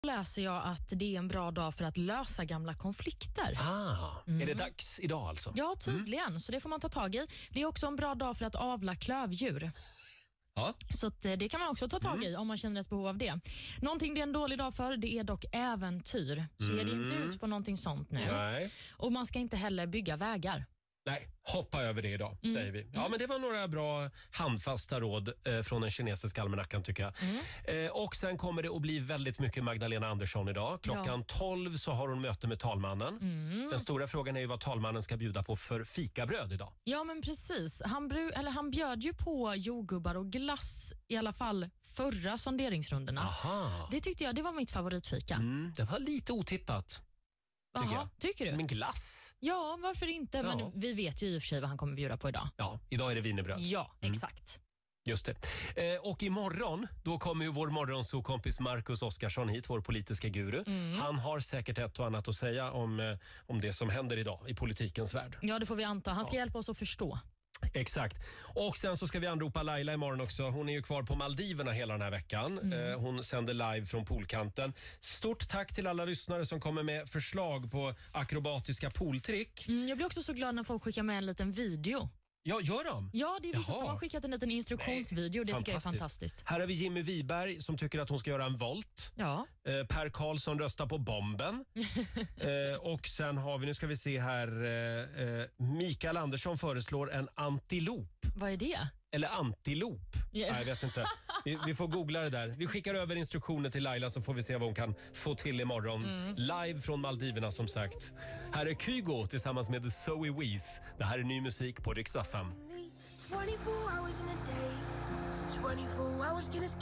läser jag att det är en bra dag för att lösa gamla konflikter. Är det dags idag alltså? Ja, tydligen. Så det får man ta tag i. Det är också en bra dag för att avla klövdjur. Ja. Så att det kan man också ta tag i om man känner ett behov av det. Någonting det är en dålig dag för, det är dock äventyr. Så ge det inte ut på någonting sånt nu. Nej. Och man ska inte heller bygga vägar. Nej, hoppa över det idag, säger vi. Ja, men det var några bra handfasta råd från den kinesiska almanackan, tycker jag. Och sen kommer det att bli väldigt mycket Magdalena Andersson idag. Klockan 12 så har hon möte med talmannen. Den stora frågan är ju vad talmannen ska bjuda på för fikabröd idag. Ja, men precis. Han bjöd ju på jordgubbar och glass i alla fall förra sonderingsrundorna. Aha. Det tyckte jag, det var mitt favoritfika. Det var lite otippat. Jaha, tycker du? Men glass? Ja, varför inte? Ja. Men vi vet ju i och för sig vad han kommer bjuda på idag. Ja, idag är det wienerbröd. Ja, exakt. Just det. Och imorgon, då kommer ju vår morgonsokompis Marcus Oskarsson hit, vår politiska guru. Han har säkert ett och annat att säga om det som händer idag i politikens värld. Ja, det får vi anta. Han ska hjälpa oss att förstå. Exakt. Och sen så ska vi anropa Laila imorgon också. Hon är ju kvar på Maldiverna hela den här veckan. Hon sänder live från poolkanten. Stort tack till alla lyssnare som kommer med förslag på akrobatiska pooltrick. Jag blir också så glad när folk skickar med en liten video. Ja, gör de? Ja, det är vissa som har skickat en liten instruktionsvideo. Det tycker jag är fantastiskt. Här har vi Jimmy Wiberg som tycker att hon ska göra en volt. Ja. Per Karlsson röstar på bomben. Och sen har vi, nu ska vi se här, Mikael Andersson föreslår en antilop. Vad är det? Eller antilop. Nej, jag vet inte. Vi får googla det där. Vi skickar över instruktioner till Laila så får vi se vad hon kan få till imorgon. Live från Maldiverna som sagt. Här är Kygo tillsammans med Zoe Wees. Det här är ny musik på Rix FM. 24 hours in a day, 24 hours can